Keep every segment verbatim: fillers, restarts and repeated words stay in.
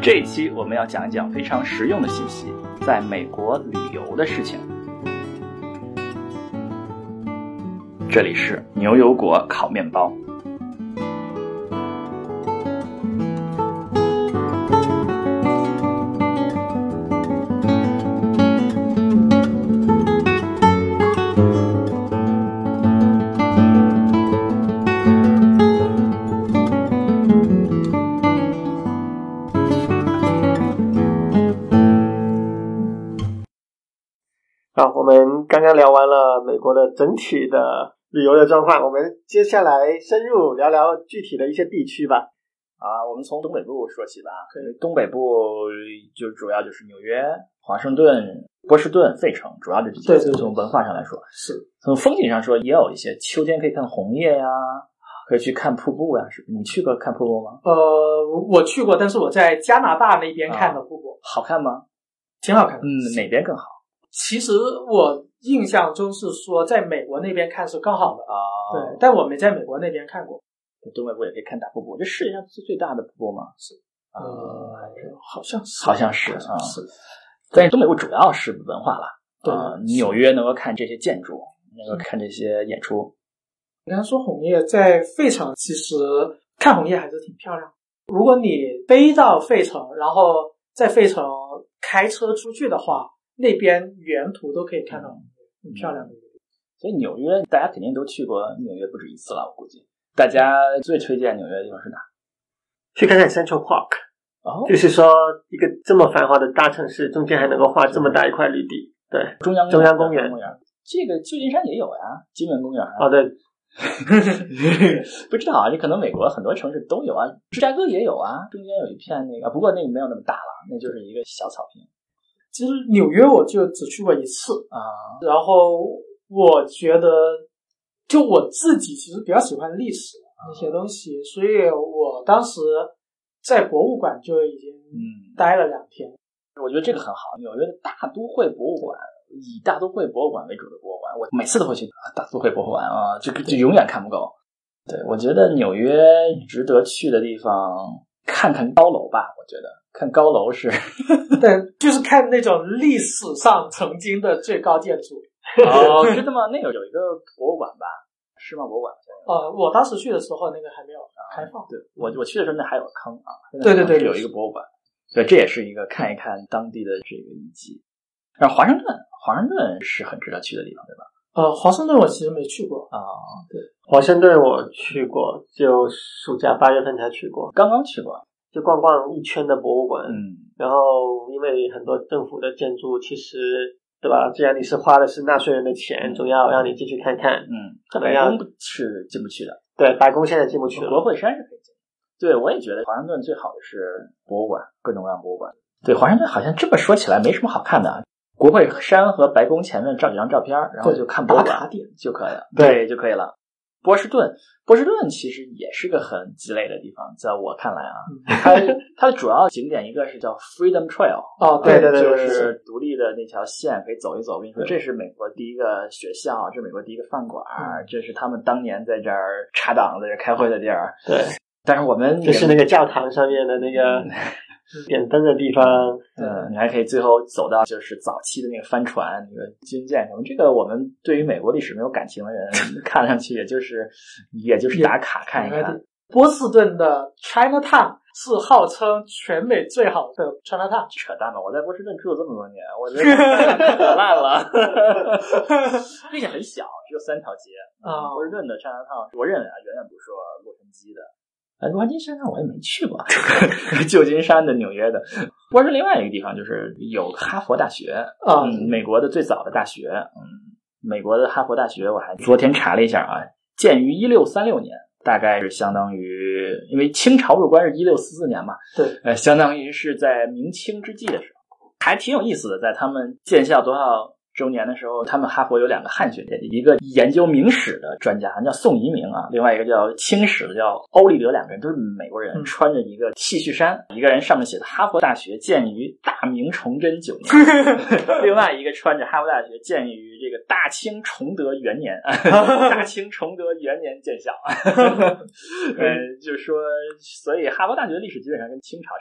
这一期我们要讲一讲非常实用的信息，在美国旅游的事情。这里是牛油果烤面包。 好，我们刚刚聊完了美国的整体的旅游的状况，我们接下来深入聊聊具体的一些地区吧。 啊，我们从东北部说起吧。东北部就主要就是纽约、华盛顿、波士顿、费城，主要这几个。 对， 从文化上来说， 是从风景上说，也有一些秋天可以看红叶呀，可以去看瀑布呀。是你去过看瀑布吗？ 呃，我去过，但是我在加拿大那边看的瀑布。 啊，好看吗？ 挺好看的。 嗯，哪边更好？ 其实我印象中是说在美国那边看是更好的啊， 对，但我没在美国那边看过。 东北部也可以看大瀑布，这世界上最最大的瀑布吗？ 是， 呃， 好像是， 好像是啊， 是。 但是东北部主要是文化了， 对， 呃，纽约能够看这些建筑，能够看这些演出。 你刚才说红叶，在费城其实看红叶还是挺漂亮。如果你飞到费城，然后在费城开车出去的话，那边沿途都可以看到很漂亮的一个地方。 所以纽约大家肯定都去过纽约不止一次了，我估计。大家最推荐纽约的地方是哪？ 去看看 Central Park。 哦， 就是说一个这么繁华的大城市，中间还能够画这么大一块绿地。对， 中央中央公园。 这个旧金山也有呀，金门公园。 哦，对。 不知道啊，你可能美国很多城市都有啊，芝加哥也有啊，中间有一片那个，不过那个没有那么大了，那就是一个小草坪。 其实纽约我就只去过一次啊， 然后我觉得就我自己其实比较喜欢历史那些东西，所以我当时在博物馆就已经待了两天。 嗯，我觉得这个很好，纽约的大都会博物馆，以大都会博物馆为主的博物馆，我每次都会去大都会博物馆啊，就就永远看不够。对，我觉得纽约值得去的地方，看看高楼吧，我觉得。看高楼是对，就是看那种历史上曾经的最高建筑。 哦，真的吗？那有有一个博物馆吧？世贸博物馆。 呃，我当时去的时候那个还没有开放。 啊，对，我我去的时候那还有坑啊。 对对对， 有一个博物馆。对，这也是一个看一看当地的这个遗迹。然后华盛顿，华盛顿是很值得去的地方，对吧？ 呃，华盛顿我其实没去过啊。 对，华盛顿我去过，就暑假八月份才去过， 刚刚去过。 就逛逛一圈的博物馆， 嗯， 然后因为很多政府的建筑，其实对吧？既然你是花的是纳税人的钱，嗯，总要让你进去看看。 嗯， 可能要白宫是进不去的， 对，白宫现在进不去了， 国会山是可以进。对，我也觉得华盛顿最好的是博物馆，各种各样博物馆。对，华盛顿好像这么说起来没什么好看的啊。国会山和白宫前面照几张照片，然后就看博物馆就可以了，对，就可以了。波士顿，波士顿其实也是个很鸡肋的地方，在我看来啊，它它的主要景点一个是叫 Freedom Trail， 哦， 对对对， 就是独立的那条线可以走一走。我跟你说，这是美国第一个学校，这是美国第一个饭馆，嗯，这是他们当年在这儿插党在这儿开会的地儿。 对， 但是我们就是那个教堂上面的那个点灯的地方， 嗯，你还可以最后走到就是早期的那个帆船、那个军舰什么。这个我们对于美国历史没有感情的人，看上去也就是也就是打卡看一看。 波士顿的 Chinatown 是号称全美最好的 Chinatown。 扯淡吧！我在波士顿住了这么多年，我觉得可烂了，并且很小，只有三条街。 啊， 波士顿的 Chinatown， 我认为啊，远远不是说洛杉矶的。呃，洛杉矶山上我也没去过，旧金山的、纽约的。波士顿另外一个地方就是有哈佛大学啊，嗯，美国的最早的大学。嗯，美国的哈佛大学，我还昨天查了一下啊，建于一六三六年，大概是相当于，因为清朝入关是一六四四年嘛， 对， 呃，相当于是在明清之际的时候，还挺有意思的。在他们建校多少周年的时候，他们哈佛有两个汉学家，一个研究明史的专家叫宋怡明啊，另外一个叫清史的叫欧立德，两个人都是美国人，嗯，穿着一个 T 恤衫，一个人上面写的哈佛大学建于大明崇祯九年，另外一个穿着哈佛大学建于这个大清崇德元年，大清崇德元年建校。呃，就是说，所以哈佛大学的历史基本上跟清朝差不多，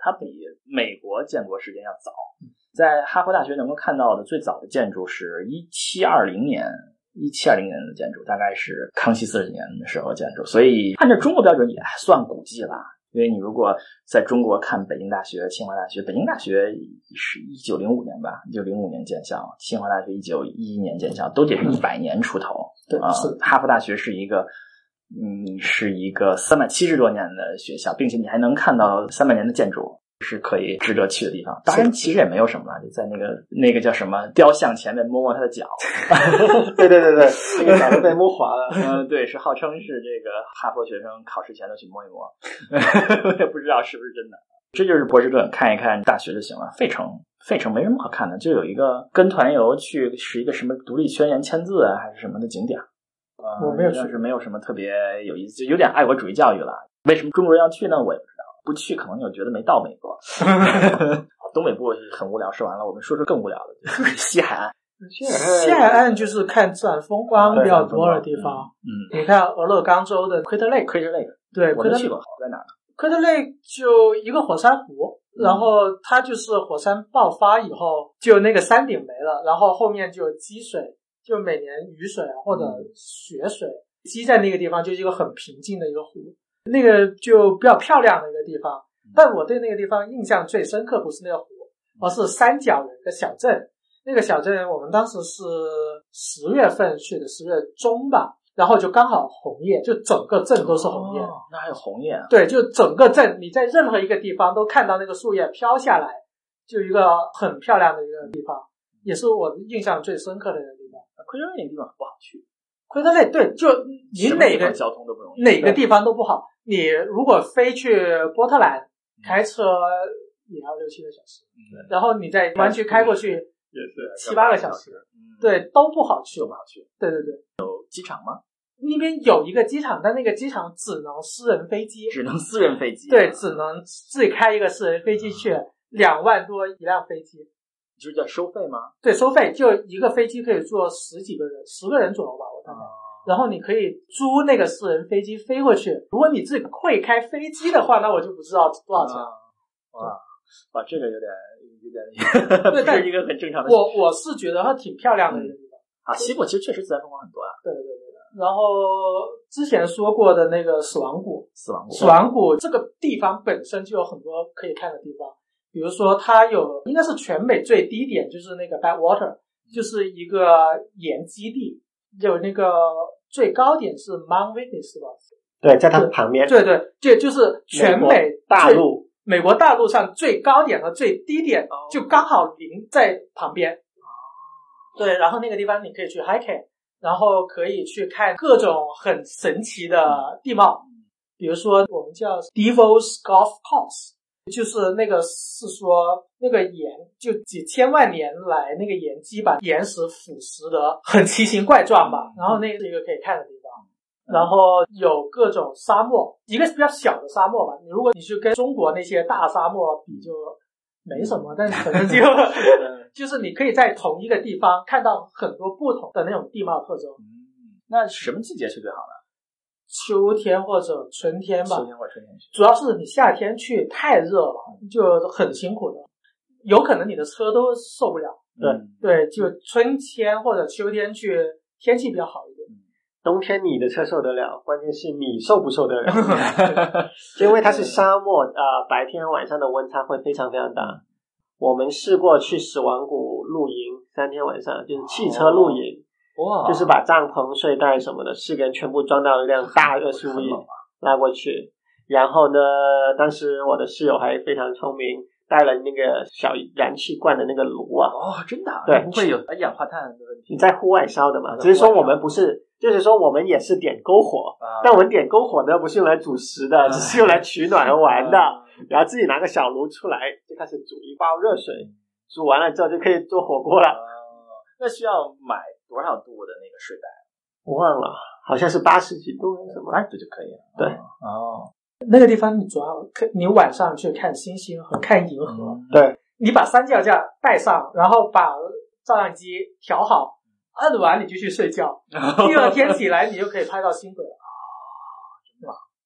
它比美国建国时间要早。在哈佛大学能够看到的最早的建筑是一七二零年一七二零年的建筑，大概是康熙四十年的时候建筑，所以按照中国标准也算古迹了。因为你如果在中国看北京大学、清华大学，北京大学是一九零五年吧，一九零五年建校，清华大学一九一一年建校，都得是一百年出头。 对啊、呃，哈佛大学是一个，嗯，是一个三百七十多年的学校，并且你还能看到三百年的建筑，是可以值得去的地方。当然，其实也没有什么了，就在那个那个叫什么雕像前面摸摸他的脚。 对对对对，那个脚都被摸滑了。 嗯，对，是号称是这个哈佛学生考试前都去摸一摸，我也不知道是不是真的。这就是波士顿，看一看大学就行了。费城，费城没什么可看的，就有一个跟团游去是一个什么独立宣言签字啊，还是什么的景点。呃， 我没有去， 但是没有什么特别有意思，就有点爱国主义教育了。为什么中国人要去呢？我也不知道。不去可能就觉得没到美国。东北部很无聊，说完了，我们说说更无聊的，就是西海岸。 西海岸就是看自然风光比较多的地方。 嗯， 你看俄勒冈州的奎特雷奎特雷， 对， 我没去过，在哪儿呢？ 奎特雷就一个火山湖，嗯、然后它就是火山爆发以后，就那个山顶没了，然后后面就有积水，就每年雨水啊或者雪水积在那个地方，就是一个很平静的一个湖。那个就比较漂亮的一个地方，但我对那个地方印象最深刻不是那个湖，而是三角有一个小镇。那个小镇我们当时是十月份去的，十月中吧，然后就刚好红叶，就整个镇都是红叶。 哦，那还有红叶啊？ 对，就整个镇，你在任何一个地方都看到那个树叶飘下来，就一个很漂亮的一个地方，也是我印象最深刻的一个地方。 奎特雷那个地方不好去。 奎特雷对，就你哪个交通都不容易， 哪个地方都不好。你如果飞去波特兰，开车也要六七个小时，嗯、然后你再湾区开过去也是七八个小时，嗯、对，都不好去， 都不好去。 对对对， 有机场吗？ 那边有一个机场，但那个机场只能私人飞机， 只能私人飞机、啊， 对，只能自己开一个私人飞机去，两、嗯、万多一辆飞机。 就是叫收费吗？ 对，收费，就一个飞机可以坐十几个人，十个人左右吧，我看看。嗯然后你可以租那个私人飞机飞过去。如果你自己会开飞机的话，那我就不知道多少钱。 哇，哇，这个有点有点对， 不是一个很正常的。 我我是觉得它挺漂亮的一个地方、嗯、 啊。西部其实确实自然风光很多啊。 对对对对。然后之前说过的那个死亡谷， 死亡谷， 死亡谷这个地方本身就有很多可以看的地方，比如说它有应该是全美最低点，就是那个 Badwater， 就是一个盐基地，有那个。最高点是 Mount Witness 吧？ 对，在它旁边。 对对，这就是全美大陆、 美国大陆上最高点和最低点，就刚好临在旁边。哦。对，然后那个地方你可以去 hiking， 然后可以去看各种很神奇的地貌，嗯、比如说我们叫 Devil's Golf Course， 就是那个是说那个盐就几千万年来那个盐基把岩石腐蚀的很奇形怪状吧，然后那是一个可以看的地方。然后有各种沙漠，一个是比较小的沙漠吧，你如果你去跟中国那些大沙漠比就没什么，但可能就就是你可以在同一个地方看到很多不同的那种地貌特征。 嗯，那什么季节去最好呢？ 秋天或者春天吧。 秋天或者春天去。 主要是你夏天去太热了，就很辛苦的，有可能你的车都受不了。 对、 嗯、对，就春天或者秋天去，天气比较好一点。 冬天你的车受得了，关键是你受不受得了。因为它是沙漠，呃，白天晚上的温差会非常非常大。我们试过去死亡谷露营，三天晚上就是汽车露营， 哇、哦， 就是把帐篷、睡袋什么的四个人全部装到一辆大二十五亿拉过去。然后呢，当时我的室友还非常聪明，带了那个小燃气罐的那个炉啊。 哦，真的、啊？ 对， 不会有二氧化碳的问题。 你在户外烧的嘛？只是说我们不是。就是说我们也是点篝火、啊、但我们点篝火呢不是用来煮食的、啊、只是用来取暖和玩的、啊、然后自己拿个小炉出来就开始煮一包热水、嗯、煮完了之后就可以做火锅了、 啊、那需要买多少度的那个睡袋？ 我忘了，好像是八十几度什么， 八十度就可以了。 对， 哦， 那个地方你主要你晚上去看星星和看银河、 嗯、对， 你把三脚架带上，然后把照相机调好，按完你就去睡觉，第二天起来你就可以拍到星轨了。 啊，真的？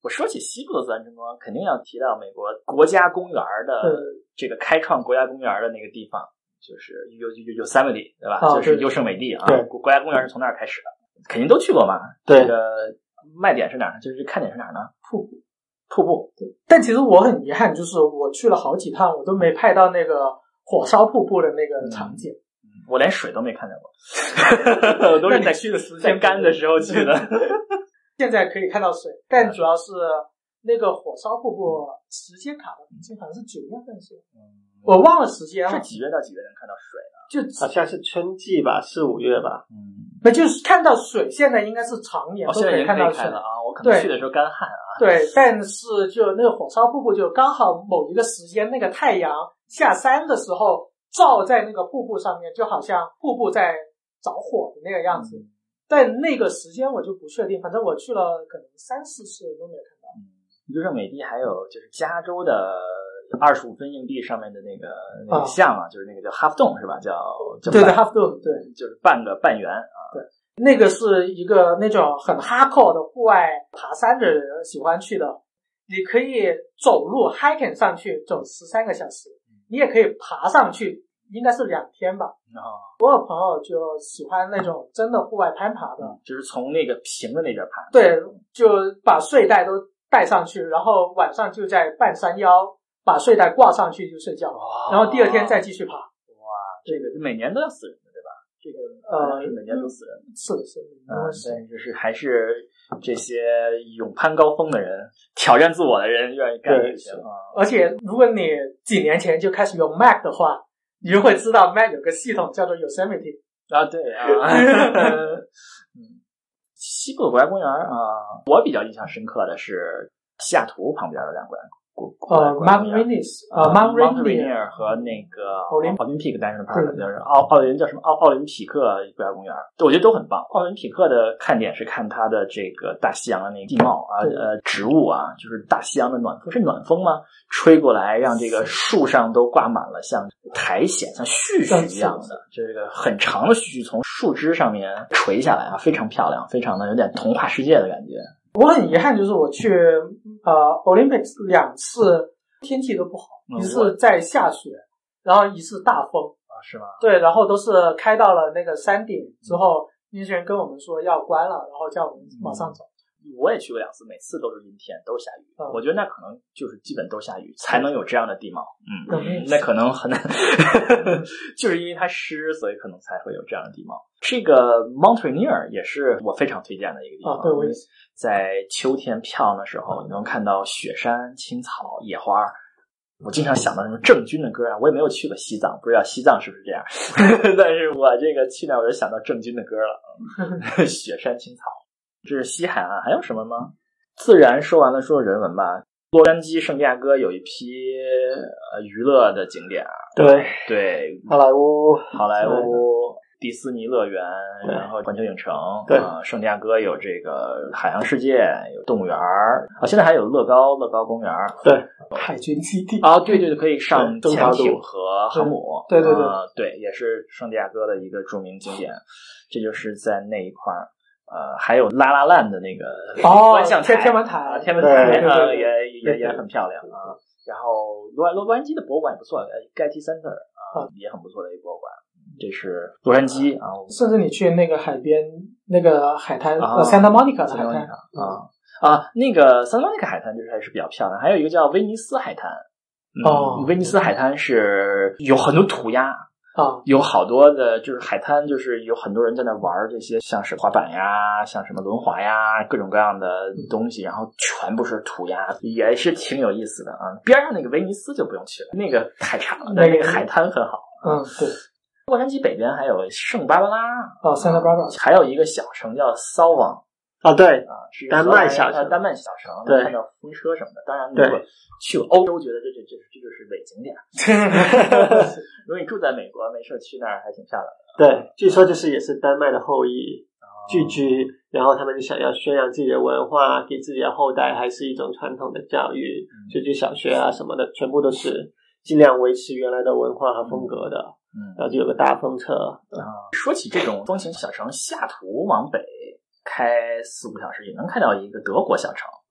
我说起西部的自然风光，肯定要提到美国国家公园的这个开创国家公园的那个地方，就是有有有 Yosemite 对吧？ 哦、 就是优胜美地啊。 对， 国家公园是从那儿开始的，肯定都去过嘛。 对， 这个卖点是哪儿呢？就是看点是哪儿呢？ 瀑布， 瀑布。 对，但其实我很遗憾，就是我去了好几趟，我都没拍到那个火烧瀑布的那个场景。 嗯，我连水都没看见过，我都是在去的时间干的时候去的。 现在可以看到水，但主要是那个火烧瀑布时间卡的很近，好像是九月份是，嗯，我忘了时间了。 是几月到几月能看到水呢？ 就好像是春季吧，四五月吧。 嗯，那就是看到水，现在应该是常年都可以看到水了啊。我可能去的时候干旱啊。 对，但是就那个火烧瀑布，就刚好某一个时间，那个太阳下山的时候照在那个瀑布上面，就好像瀑布在着火的那个样子。嗯，但那个时间我就不确定，反正我去了可能三四次都没有看到。 嗯，优胜美地还有就是加州的二十五分硬币上面的那个那个像啊，就是那个叫 Half Dome 是吧？叫叫对对 Half Dome 对， 就是半个半圆啊。 对，那个是一个那种很 hardcore 的户外爬山的人喜欢去的。你可以走路 hiking 上去走十三个小时，你也可以爬上去。应该是两天吧。 哦， 我有朋友就喜欢那种真的户外攀爬的， 嗯、就是从那个平的那边爬。 对，就把睡袋都带上去，然后晚上就在半山腰把睡袋挂上去就睡觉，然后第二天再继续爬。 哇，这个每年都要死人的，对吧？这个呃是每年都死人的。 嗯、是的，是的。 嗯，但就是还是这些勇攀高峰的人、挑战自我的人愿意干这些啊。 而且如果你几年前就开始用 Mac 的话，你就会知道 Mac 有个系统叫做 Yosemite 啊，对啊，嗯，西部国家公园啊，我比较印象深刻的是西雅图旁边的两个呃 Mount Rainier 呃 Mount Rainier 和那个奥林匹克 National Park 就是奥奥林叫什么奥奥林匹克国家公园，我觉得都很棒。奥林匹克的看点是看它的这个大西洋的那个地貌啊，呃，植物啊，就是大西洋的暖风，是暖风吗？吹过来，让这个树上都挂满了像苔藓、像絮絮一样的，这个很长的絮絮从树枝上面垂下来啊，非常漂亮，非常的有点童话世界的感觉。 我很遗憾，就是我去呃 Olympics 两次天气都不好， 嗯、 一次在下雪，然后一次大风啊，是吗？ 对，然后都是开到了那个山顶之后，运行员跟我们说要关了，然后叫我们马上走。 嗯，我也去过两次，每次都是阴天，都是下雨。 嗯、 我觉得那可能就是基本都下雨，才能有这样的地貌。嗯， 嗯那可能很难，就是因为它湿，所以可能才会有这样的地貌。这个 Mount Rainier 也是我非常推荐的一个地方。 啊，对，我也是。 在秋天漂亮的时候，你能看到雪山、青草、野花。我经常想到什么郑钧的歌啊，我也没有去过西藏，不知道西藏是不是这样。但是我这个去那我就想到郑钧的歌了，雪山青草。这是西海岸，还有什么吗？自然说完了，说人文吧。洛杉矶、圣地亚哥有一批呃娱乐的景点， 对对， 好莱坞、 好莱坞、迪士尼乐园，然后环球影城， 对， 呃，圣地亚哥有这个海洋世界，有动物园啊，现在还有乐高乐高公园， 对， 海军基地啊，对对对，可以上潜艇和航母， 对对对、 呃，对，也是圣地亚哥的一个著名景点，这就是在那一块儿。呃，还有拉拉烂的那个观象台， 天文台， 天文台啊，也也也很漂亮啊。然后洛洛杉矶的博物馆也不错，呃 Getty Center 啊，也很不错的一个博物馆。这是洛杉矶啊， 甚至你去那个海边那个海滩，呃 Santa Monica 的海滩啊啊，那个 Santa Monica 海滩就是还是比较漂亮。还有一个叫威尼斯海滩， 哦， 威尼斯海滩是有很多涂鸦。 啊， 有好多的，就是海滩，就是有很多人在那玩这些，像是滑板呀，像什么轮滑呀，各种各样的东西，然后全部是涂鸦，也是挺有意思的啊。边上那个威尼斯就不用去了，那个太差了，但那个海滩很好。 嗯，对。 洛杉矶北边还有圣巴巴拉， 哦 ，Santa Barbara， 还有一个小城叫骚旺。 啊，对啊，是丹麦小城， 丹麦小城， 对， 看到风车什么的。当然，如果去欧洲，觉得这这这这就是伪景点。如果你住在美国，没事去那儿还挺漂亮的。 对，据说就是也是丹麦的后裔聚居，然后他们就想要宣扬自己的文化，给自己的后代还是一种传统的教育，就去小学啊什么的，全部都是尽量维持原来的文化和风格的。 嗯， 然后就有个大风车啊。说起这种风情小城，西雅图往北开四五小时也能看到一个德国小城啊，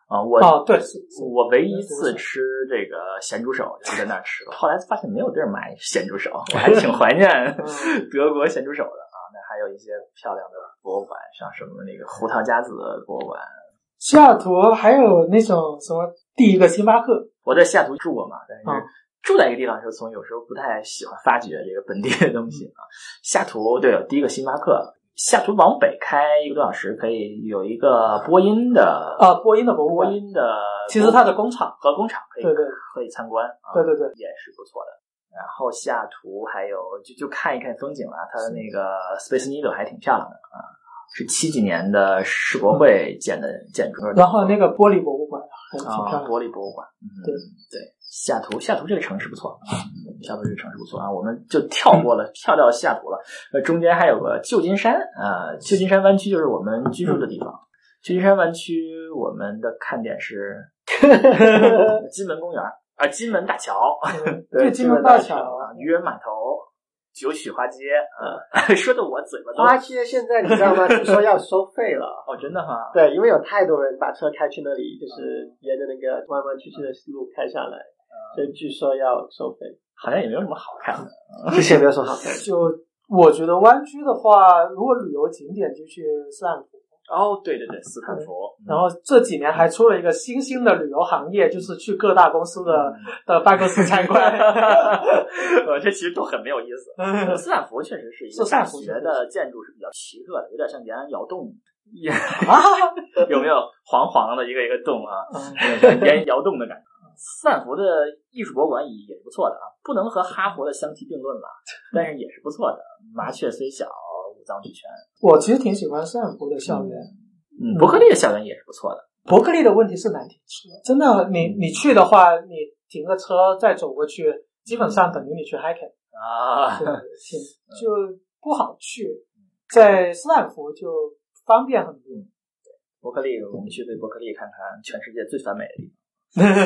啊，我哦对是是我唯一一次吃这个咸猪手就是在那儿吃的，后来发现没有地儿买咸猪手，我还挺怀念德国咸猪手的啊。那还有一些漂亮的博物馆，像什么那个胡桃夹子博物馆。 西雅图还有那种什么第一个星巴克， 我在西雅图住过嘛，但是住在一个地方的时候，从有时候不太喜欢发掘这个本地的东西啊。西雅图对，有第一个星巴克。西雅图往北开一个多小时，可以有一个波音的啊，波音的博物馆， 波音的， 其实它的工厂和工厂可以对对可以参观啊， 对对对， 也是不错的。然后西雅图还有就就看一看风景了，它的那个 Space Needle 还挺漂亮的啊，是七几年的世博会建的建筑。 然后那个玻璃博物馆还挺漂亮、 啊，玻璃博物馆，嗯， 对对，西雅图西雅图这个城市不错。西雅图这个城市不错啊，我们就跳过了，跳到西雅图了。呃，中间还有个旧金山啊、呃，旧金山湾区就是我们居住的地方。旧金山湾区我们的看点是金门公园啊，金门大桥， 对，金门大桥啊，渔人码头，九曲花街啊，说的我嘴巴都。 花街现在你知道吗？据说要收费了。 哦，真的吗？ 对，因为有太多人把车开去那里，就是沿着那个弯弯曲曲的路开下来，所以据说要收费。 好像也没有什么好看的， 之前没有什么好看的。 就我觉得湾区的话，如果旅游景点就去斯坦福。 哦，对对对，斯坦福。 然后这几年还出了一个新兴的旅游行业，就是去各大公司的、嗯、的办公室参观。 呃，这其实都很没有意思。嗯、斯坦福确实是一个大学的建筑是比较奇特的，有点像延安窑洞。啊，有没有黄黄的一个一个洞啊？嗯、延安窑洞的感觉。斯坦福的艺术博物馆也是不错的啊，不能和哈佛的相提并论了，但是也是不错的。麻雀虽小，五脏俱全。 我其实挺喜欢斯坦福的校园， 嗯，伯克利的校园也是不错的。 伯克利的问题是难停车，真的，你你去的话，你停个车再走过去，基本上等于你去 hiking 啊， 挺就不好去。在斯坦福就方便很多。 伯克利，我们去对伯克利看看全世界最繁美的地方。这个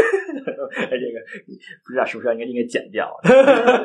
不知道是不是应该应该剪掉？呃，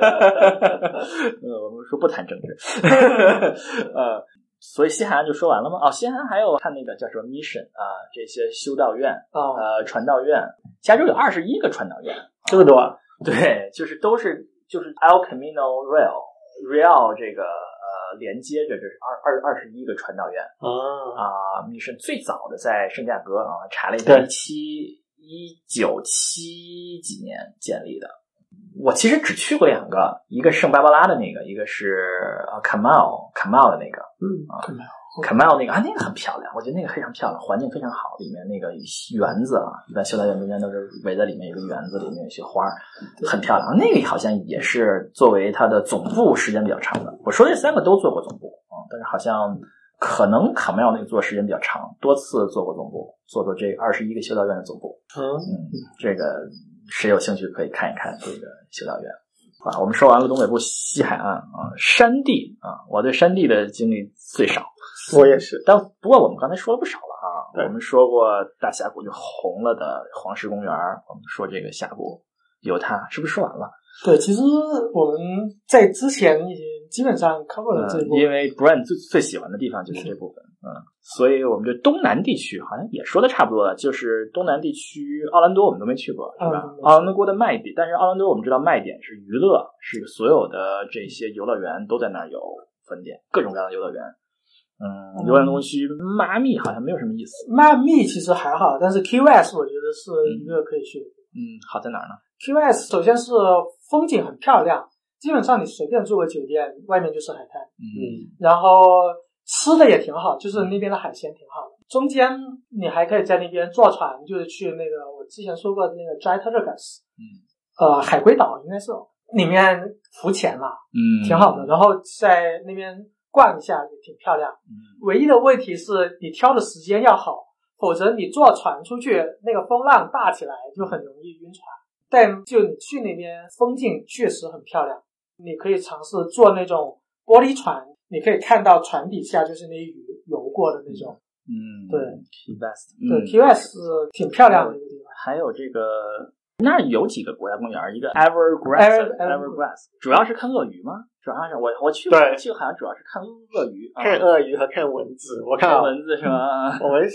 我们说不谈政治。呃，所以西海岸就说完了吗？哦，西海岸还有看那个叫什么 mission 啊、呃，这些修道院啊、哦，呃，传道院。加州有二十一个传道院， 这么多、啊？ 对，就是都是就是 El Camino Real Real 这个呃连接着，这是二二二十一个传道院啊啊、呃、，mission 最早的在圣地亚哥啊，查了一下一七。一九七几年建立的，我其实只去过两个，一个是圣巴巴拉的那个，一个是呃卡茂卡茂的那个， 嗯啊卡茂那个啊那个很漂亮，我觉得那个非常漂亮，环境非常好，里面那个园子啊，一般修道院中间都是围在里面有个园子，里面有些花，很漂亮。那个好像也是作为它的总部时间比较长的。我说这三个都做过总部啊、嗯，但是好像。可能卡梅奥那个做时间比较长，多次做过总部，做做这二十一个修道院的总部。 嗯嗯，这个谁有兴趣可以看一看这个修道院。啊，我们说完了东北部西海岸啊，山地啊，我对山地的经历最少， 我也是。 但不过我们刚才说了不少了啊，我们说过大峡谷就红了的黄石公园，我们说这个峡谷有它，是不是说完了？ 对，其实我们在之前已经基本上 cover 了这一部分、 嗯、因为 Brian 最最喜欢的地方就是这部分，嗯，所以我们这东南地区好像也说的差不多了，就是东南地区奥兰多我们都没去过，是吧？嗯、奥兰多的卖点，但是奥兰多我们知道卖点是娱乐，是所有的这些游乐园都在那儿有分店，各种各样的游乐园。嗯，游乐园东区迈阿密好像没有什么意思。 迈阿密其实还好，但是 Key West 我觉得是一个可以去的。 嗯，好在哪儿呢 ？Key West 首先是风景很漂亮，基本上你随便住个酒店，外面就是海滩。 嗯， 然后吃的也挺好，就是那边的海鲜挺好的。中间你还可以在那边坐船，就是去那个我之前说过的那个 Dry Tortugas， 嗯，呃，海龟岛应该是里面浮潜嘛， 嗯， 挺好的。然后在那边逛一下也挺漂亮。 嗯， 唯一的问题是你挑的时间要好，否则你坐船出去，那个风浪大起来就很容易晕船。但就你去那边，风景确实很漂亮，你可以尝试坐那种玻璃船，你可以看到船底下就是那鱼游过的那种。 嗯， 对 ，Key West， 对 ，Key West 是挺漂亮的一个地方。 还有这个那儿有几个国家公园，一个 Evergrass，Evergrass， 主要是看鳄鱼吗？主要是我我去过去好像主要是看鳄鱼， 看鳄鱼和看蚊子。我看蚊子是吧？ 我们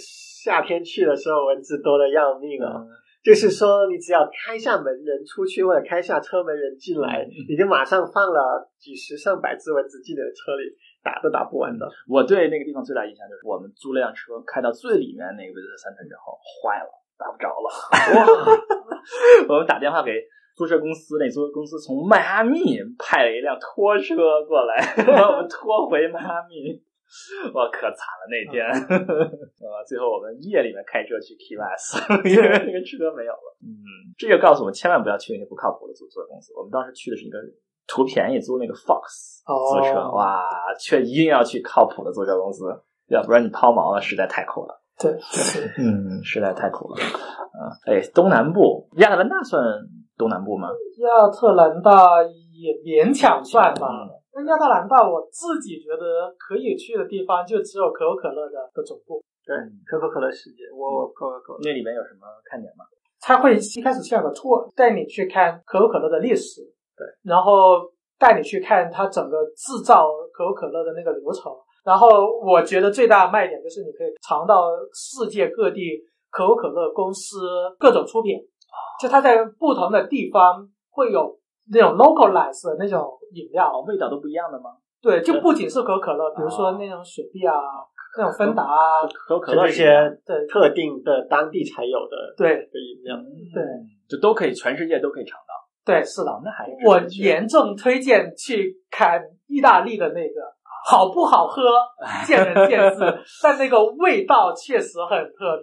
夏天去的时候蚊子多的要命啊、哦！就是说，你只要开下门人出去，或者开下车门人进来，你就马上放了几十上百只蚊子进你的车里，打都打不完的。 我对那个地方最大印象就是，我们租了辆车开到最里面那个 Visitor Center 之后，坏了，打不着了。哇！我们打电话给租车公司，那租车公司从迈阿密派了一辆拖车过来，把我们拖回迈阿密。哇，可惨了那天！呃，最后我们夜里面开车去 Key West， 因为那个车没有了。嗯，这就告诉我们千万不要去那些不靠谱的租车公司。我们当时去的是一个图便宜租那个 Fox 租车，哦、哇，却一定要去靠谱的租车公司，要不然你抛锚了，实在太苦了。 对， 嗯，实在太苦了。啊、呃，哎，东南部，亚特兰大算东南部吗？ 亚特兰大也勉强算吧。嗯，那亚特兰大我自己觉得可以去的地方就只有可口可乐的的总部。 对，可口可乐世界，我可口可乐那里面有什么看点吗？ 他会一开始先有个 tour 带你去看可口可乐的历史， 对， 然后带你去看它整个制造可口可乐的那个流程。然后我觉得最大的卖点就是你可以尝到世界各地可口可乐公司各种出品，就它在不同的地方会有那种 localized 的那种饮料， 味道都不一样的吗？ 对，就不仅是可口可乐，比如说那种雪碧啊，那种芬达啊， 可口可乐一些对特定的当地才有的对的饮料， 对， 就都可以，全世界都可以尝到。 对，是的， 那还是我严重推荐去看意大利的那个，好不好喝见仁见智，但那个味道确实很特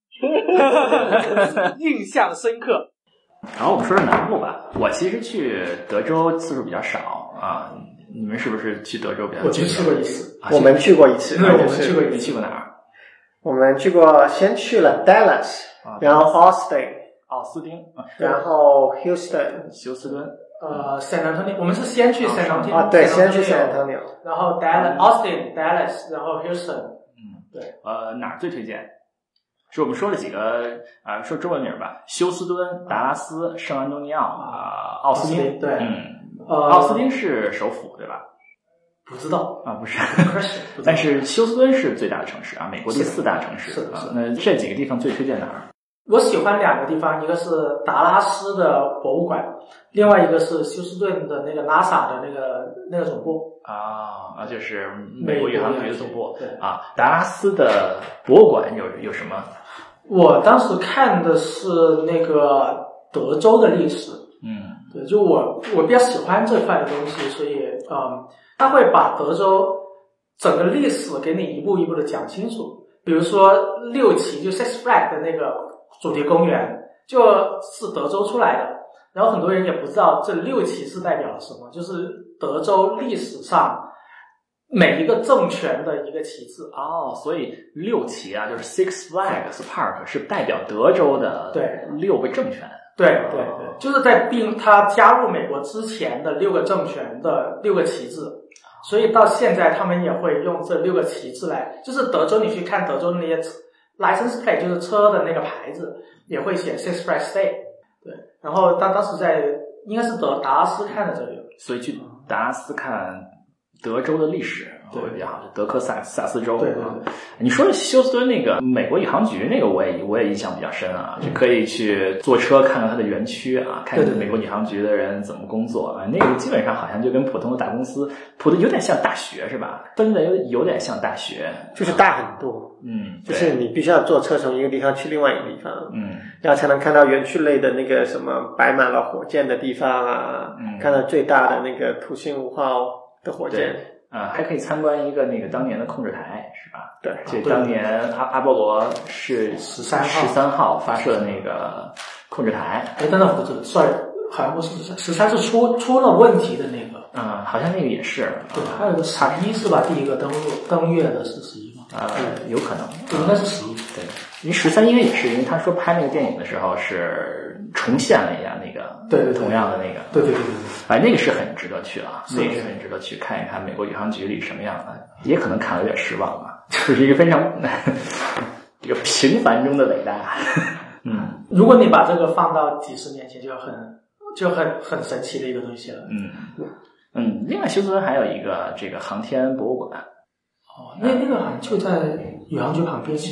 别，印象深刻。 然后我们说说南部吧，我其实去德州次数比较少啊。你们是不是去德州比较？ 我去去过一次， 啊、我们去过一次。 对，我们去过一次。 你去过哪儿？ 我们去过，先去了 Dallas，、啊、然后 Austin， 奥斯汀，啊、 然后 Houston， 休斯敦， 呃 San Antonio。我们是先去 San Antonio， 啊，对，先去 San Antonio， 然后 Dallas、Austin、Dallas， 然后 Houston。 嗯，对，呃，哪儿最推荐？是我们说了几个啊、呃，说中文名吧，休斯敦、达拉斯、圣安东尼奥啊、呃，奥斯汀。 对， 嗯。 呃， 奥斯汀是首府对吧？ 不知道啊，不是，但是休斯敦是最大的城市啊，美国第四大城市啊。那这几个地方最推荐哪儿？ 我喜欢两个地方，一个是达拉斯的博物馆，另外一个是休斯顿的那个 NASA 的那个那个总部啊啊，就是美国宇航局的总部。 对啊，达拉斯的博物馆有有什么？ 我当时看的是那个德州的历史。 嗯。 对，就我我比较喜欢这块的东西，所以嗯，他会把德州整个历史给你一步一步的讲清楚。比如说六旗就 Six Flags 的那个主题公园就是德州出来的，然后很多人也不知道这六旗是代表了什么，就是德州历史上每一个政权的一个旗帜。 哦，所以六旗啊，就是 Six Flags Park 是代表德州的对六个政权。 对对对，就是在并他加入美国之前的六个政权的六个旗帜，所以到现在他们也会用这六个旗帜来，就是德州你去看德州那些 license plate 就是车的那个牌子也会写 Six Flags State。对，然后当当时在应该是德达拉斯看的这个， 所以去达拉斯看德州的历史会比较好，德克萨萨斯州。 对对对， 你说的休斯敦那个美国宇航局那个，我也我也印象比较深啊，就可以去坐车看看它的园区啊，看美国宇航局的人怎么工作啊。那个基本上好像就跟普通的大公司，普的有点像大学是吧？分的有有点像大学， 就是大很多。 嗯， 就是你必须要坐车从一个地方去另外一个地方， 嗯， 然后才能看到园区类的那个什么摆满了火箭的地方啊， 嗯， 看到最大的那个土星五号的火箭。 啊、呃，还可以参观一个那个当年的控制台，是吧？ 对， 这当年阿阿波罗是十三号十三号发射的那个控制台。 哎，等等，不是 ，sorry， 好像不是十三，十三是出出了问题的那个。 嗯，好像那个也是。 对，还有个十一是吧？第一个登陆登月的是十一吗？ 呃，有可能， 应该是十一。 对，因为十三应该也是，因为他说拍那个电影的时候是重现了一下那个， 对对， 同样的那个， 对对对对。 哎，那个是很值得去啊，那个是很值得去看一看美国宇航局里什么样的，也可能看了有点失望吧，就是一个非常这个平凡中的伟大。嗯， 如果你把这个放到几十年前，就很就很很神奇的一个东西了。 嗯嗯，另外休斯敦还有一个这个航天博物馆。 哦，那那个好像就在宇航局旁边。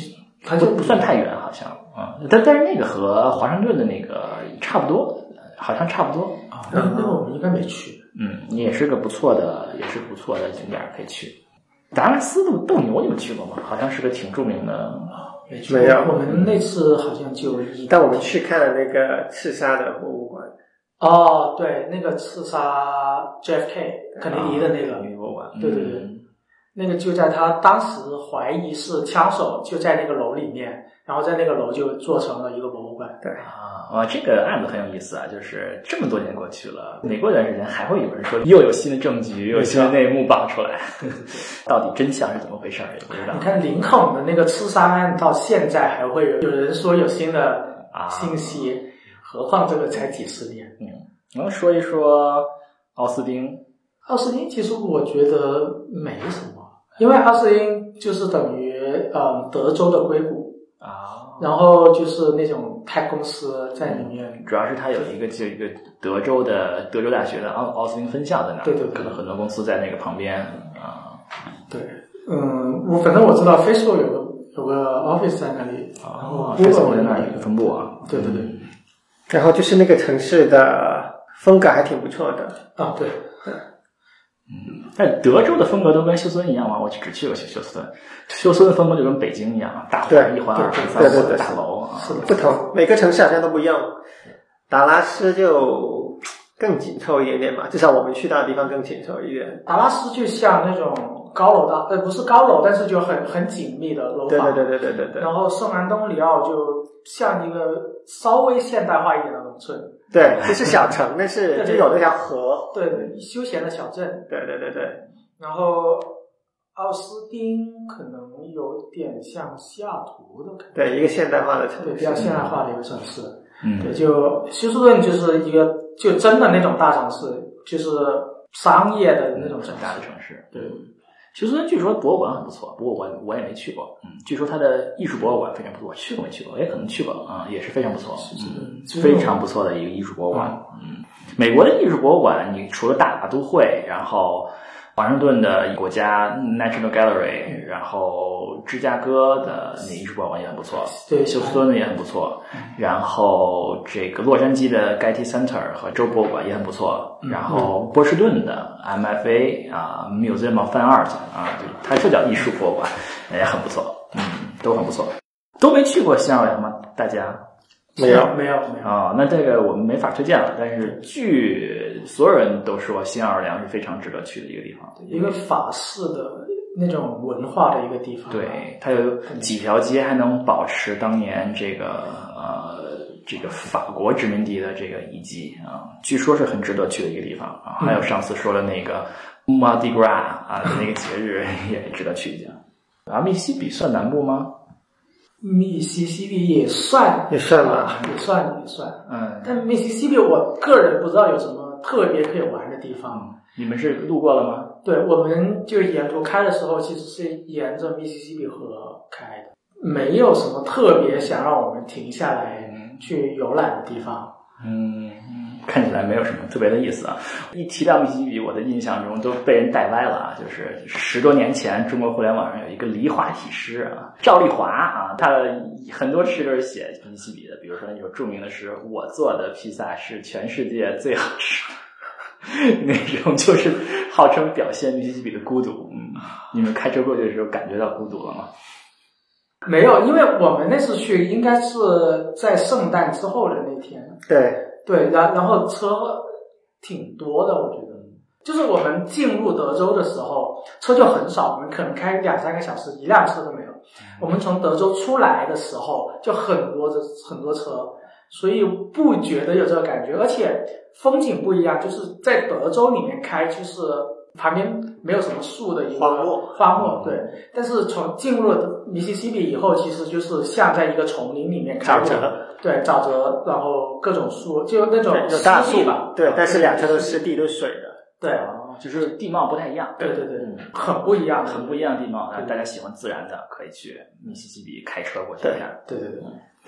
它就不算太远，好像啊、嗯，但但是那个和华盛顿的那个差不多，好像差不多啊。那那个我们应该没去。 嗯，也是个不错的，也是不错的景点可以去。达拉斯的斗牛你们去过吗？好像是个挺著名的。 没去过，没有，我们那次好像就一， 但我们去看了那个刺杀的博物馆。 哦，对，那个刺杀 J F K 肯尼迪的那个博物馆， 对对对、嗯，那个就在他当时怀疑是枪手，就在那个楼里面，然后在那个楼就做成了一个博物馆。 对啊，哇，这个案子很有意思啊！就是这么多年过去了，每过一段时间还会有人说又有新的证据，又有新的内幕爆出来，到底真相是怎么回事也不知道。 你看林肯的那个刺杀案到现在还会有有人说有新的信息。啊，何况这个才几十年。 嗯，我们说一说奥斯汀。 奥斯汀其实我觉得没什么，因为奥斯汀就是等于呃德州的硅谷啊， 然后就是那种泰公司在里面， 主要是它有一个就一个德州的德州大学的奥奥斯汀分校在那儿， 对对对， 可能很多公司在那个旁边啊。 对，嗯，我反正我知道 Facebook 有个有个 office 在那里， 啊、 然后 Facebook 在那儿有一个分部啊。 对对对。 然后就是那个城市的风格还挺不错的啊，对， 嗯，但德州的风格都跟休斯顿一样吗？我只去过休斯顿，休斯顿风格就跟北京一样，大环一环二环三环的大楼啊， 不同，每个城市好像都不一样。达拉斯就更紧凑一点点嘛，至少我们去到的地方更紧凑一点。 达拉斯就像那种高楼大，呃，不是高楼，但是就很很紧密的楼房。 对对对对对对对。 然后圣安东里奥就像一个稍微现代化一点的农村。 对，这是小城，但是就有那条河。 对对，休闲的小镇。 对对对对。 然后奥斯汀可能有点像西雅图的感觉。 对，一个现代化的城市。 对，比较现代化的一个城市。 嗯。 对，就休斯顿就是一个就真的那种大城市，就是商业的那种很大的城市。 对。 休斯顿据说博物馆很不错，不过我我也没去过。嗯，据说它的艺术博物馆非常不错，去过没去过？我也可能去过啊、嗯，也是非常不错，嗯，非常不错的一个艺术博物馆。嗯，美国的艺术博物馆，你除了大都会，然后华盛顿的国家 National Gallery， 然后芝加哥的那艺术博物馆也很不错， 对， 休斯顿的也很不错，然后这个洛杉矶的 Getty Center 和州博物馆也很不错，然后波士顿的 M F A 啊 Museum of Fine Art 啊，它就叫艺术博物馆，也很不错，嗯，都很不错。都没去过新奥尔良吗？大家？ 没有没有没有啊、哦，那这个我们没法推荐了。但是据所有人都说，新奥尔良是非常值得去的一个地方， 一个法式的那种文化的一个地方。 对，它有几条街还能保持当年这个呃这个法国殖民地的这个遗迹啊，据说是很值得去的一个地方啊。还有上次说的那个 Mardi Gras 啊，那个节日也值得去一下。啊，密西西比算南部吗？ 密西西比也算， 也算吧， 也算也算。 嗯， 但密西西比我个人不知道有什么特别可以玩的地方。 你们是路过了吗？ 对，我们就沿途开的时候，其实是沿着密西西比河开的，没有什么特别想让我们停下来去游览的地方。 嗯，看起来没有什么特别的意思啊。一提到密西西比，我的印象中都被人带歪了啊。就是十多年前，中国互联网上有一个梨花体诗啊，赵丽华啊，他很多诗都是写密西西比的。比如说那首著名的诗：“我做的披萨是全世界最好吃。”那种就是号称表现密西西比的孤独。嗯，你们开车过去的时候感觉到孤独了吗？ 没有，因为我们那次去应该是在圣诞之后的那天。 对对，然然后车挺多的，我觉得，就是我们进入德州的时候，车就很少，我们可能开两三个小时，一辆车都没有。我们从德州出来的时候，就很多的很多车，所以不觉得有这个感觉，而且风景不一样，就是在德州里面开，就是旁边没有什么树的一个荒漠， 荒漠，对。但是从进入了密西西比以后，其实就是像在一个丛林里面开着，对，沼泽，然后各种树，就那种有大树吧， 对，但是两侧都是湿地，都是水的， 对， 就是地貌不太一样， 对对对，很不一样， 很不一样的地貌。大家喜欢自然的，可以去密西西比开车过去看。 对对对。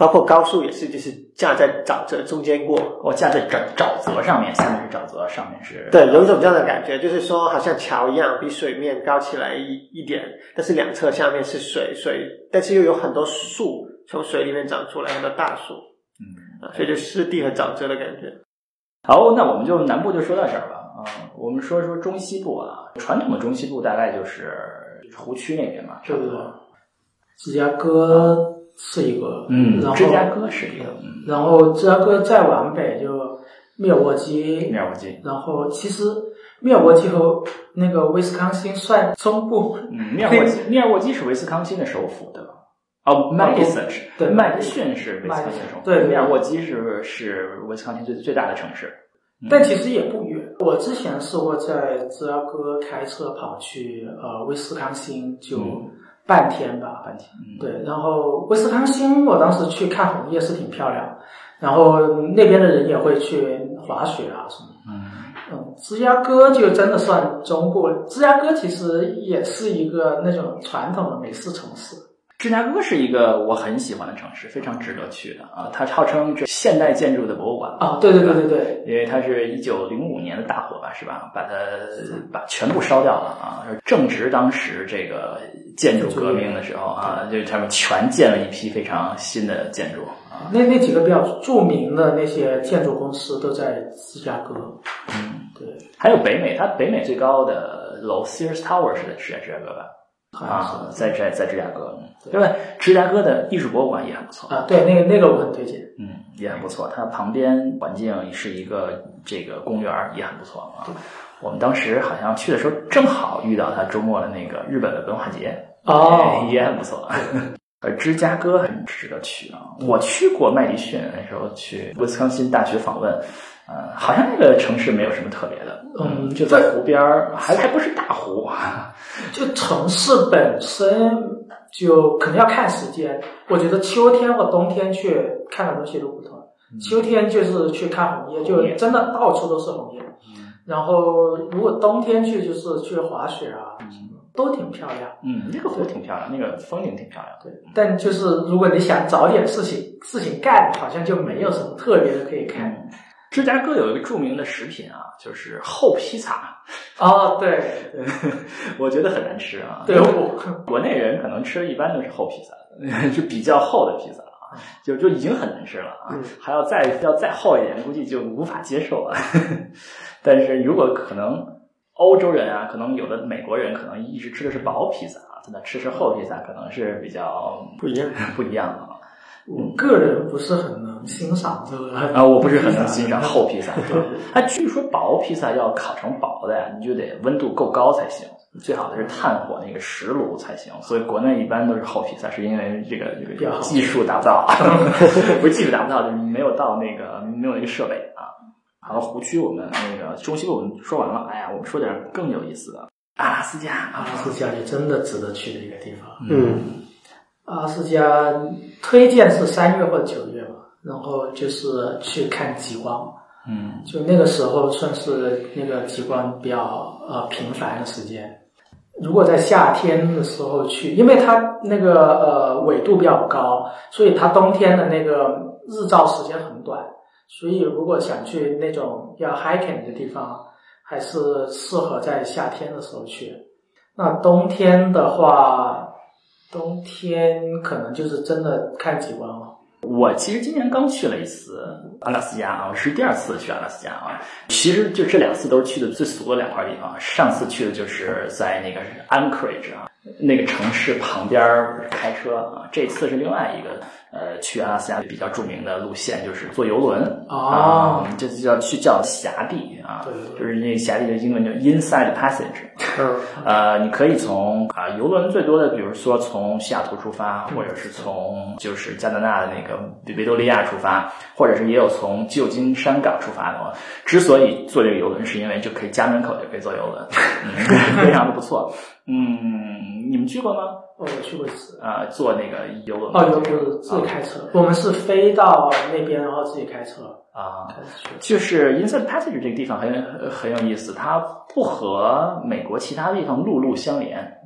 包括高速也是，就是架在沼泽中间过。 我、哦、架在沼沼泽上面，下面是沼泽，上面是。 对，有一种这样的感觉，就是说好像桥一样，比水面高起来一一点，但是两侧下面是水，水，但是又有很多树从水里面长出来，很多大树，嗯，啊，所以就湿地和沼泽的感觉。 好，那我们就南部就说到这儿吧。啊、嗯，我们说说中西部啊，传统的中西部大概就是湖区那边嘛，差不多。 芝加哥是一个， 嗯， 然后芝加哥是一个，嗯， 然后芝加哥再往北就密尔沃基， 密尔沃基， 然后其实密尔沃基和那个威斯康星算中部， 嗯，密尔沃基，密尔沃基是威斯康星的首府的。哦 ，Madison 是， 对， 麦迪逊是威斯康星首府， 对， 密尔沃基是是威斯康星最最大的城市。 但其实也不远，我之前试过在芝加哥开车跑去呃威斯康星，就半天吧， 半天。嗯、 对，然后威斯康星我当时去看红叶是挺漂亮，然后那边的人也会去滑雪啊什么。 嗯嗯，芝加哥就真的算中部，芝加哥其实也是一个那种传统的美式城市。 芝加哥是一个我很喜欢的城市，非常值得去的啊！它号称这现代建筑的博物馆啊，对对对对对， 因为它是一九零五年的大火吧，是吧？把它把全部烧掉了啊！正值当时这个建筑革命的时候啊，就他们全建了一批非常新的建筑啊。 那那几个比较著名的那些建筑公司都在芝加哥。 嗯， 对。 还有北美，它北美最高的楼 Sears Tower 是在是在芝加哥吧？啊，在在在芝加哥，对吧？芝加哥的艺术博物馆也很不错啊，对，那个那个我很推荐， 嗯，也很不错。它旁边环境是一个这个公园，也很不错啊。我们当时好像去的时候，正好遇到它周末的那个日本的文化节， 哦， 也很不错。而芝加哥很值得去啊！我去过麦迪逊，那时候去威斯康辛大学访问。呃，好像那个城市没有什么特别的，嗯，就在湖边儿，还还不是大湖， 就城市本身就可能要看时间。我觉得秋天和冬天去看的东西都不同。嗯、秋天就是去看红叶，就真的到处都是红叶。嗯、然后如果冬天去，就是去滑雪啊，嗯、都挺漂亮。 嗯，那个湖挺漂亮，那个风景挺漂亮。 对，但就是如果你想找点事情事情干，好像就没有什么特别的可以看。 嗯芝加哥有一个著名的食品啊，就是厚披萨。 哦，对， 我觉得很难吃啊。 对，我国内人可能吃的一般都是厚披萨，是比较厚的披萨啊，就就已经很难吃了啊，嗯、还要再要再厚一点，估计就无法接受了。但是如果可能，欧洲人啊，可能有的美国人可能一直吃的是薄披萨啊，真的吃吃厚披萨可能是比较不一样不一样的啊。 我个人不是很能欣赏这个啊，我不是很能欣赏厚披萨。对，它据说薄披萨要烤成薄的呀，你就得温度够高才行，最好的是炭火那个石炉才行。所以国内一般都是厚披萨，是因为这个这个技术达不到，不是技术达不到，就是没有到那个没有那个设备啊。好，湖区我们那个中西部我们说完了，哎呀，我们说点更有意思的，阿拉斯加， 阿拉斯加也真的值得去的一个地方。 嗯。 阿拉斯加推荐是三月或者九月吧，然后就是去看极光， 嗯， 就那个时候算是那个极光比较呃频繁的时间。如果在夏天的时候去，因为它那个呃纬度比较高，所以它冬天的那个日照时间很短，所以如果想去那种要 hiking 的地方，还是适合在夏天的时候去。那冬天的话。冬天可能就是真的看极光了。 我其实今年刚去了一次阿拉斯加啊，我是第二次去阿拉斯加啊。其实就这两次都是去的最俗的两块地方。上次去的就是在那个 Anchorage 啊，那个城市旁边开车啊。这次是另外一个呃去阿拉斯加比较著名的路线，就是坐游轮啊， 这就叫去叫峡地啊， 对对对， 就是那个峡地的英文叫 Inside Passage。 嗯， 呃，你可以从啊游轮最多的，比如说从西雅图出发，或者是从就是加拿大的那个维多利亚出发，或者是也有从旧金山港出发的话。之所以坐这个游轮，是因为就可以家门口就可以坐游轮，嗯、非常的不错。嗯，你们去过吗？ 哦，我去过一次。 啊、呃，坐那个游轮。 哦，游轮自己开车、啊，我们是飞到那边，然后自己开车。 啊，就是 Inside Passage 这个地方很很有意思，它不和美国其他地方陆路相连，